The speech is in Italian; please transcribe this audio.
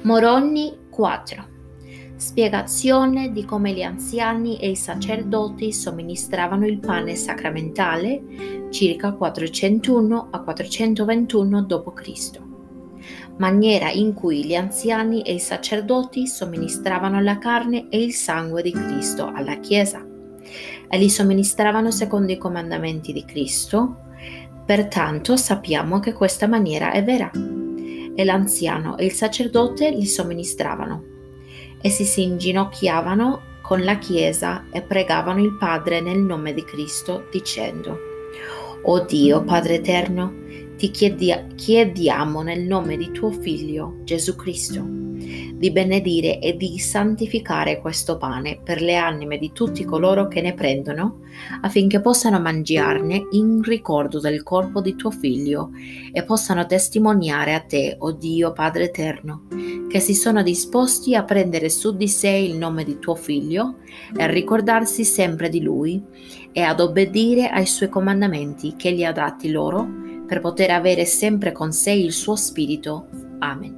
Moroni 4. Spiegazione di come gli anziani e i sacerdoti somministravano il pane sacramentale circa 401 a 421 d.C. Maniera in cui gli anziani e i sacerdoti somministravano la carne e il sangue di Cristo alla Chiesa e li somministravano secondo i comandamenti di Cristo. Pertanto sappiamo che questa maniera è vera. E l'anziano e il sacerdote li somministravano. Essi si inginocchiavano con la Chiesa e pregavano il Padre nel nome di Cristo, dicendo: O Dio, Padre eterno, ti chiediamo nel nome di tuo Figlio, Gesù Cristo, di benedire e di santificare questo pane per le anime di tutti coloro che ne prendono, affinché possano mangiarne in ricordo del corpo di tuo Figlio e possano testimoniare a te, o Dio Padre eterno, che si sono disposti a prendere su di sé il nome di tuo Figlio e a ricordarsi sempre di Lui e ad obbedire ai suoi comandamenti che gli ha dati loro per poter avere sempre con sé il suo Spirito. Amen.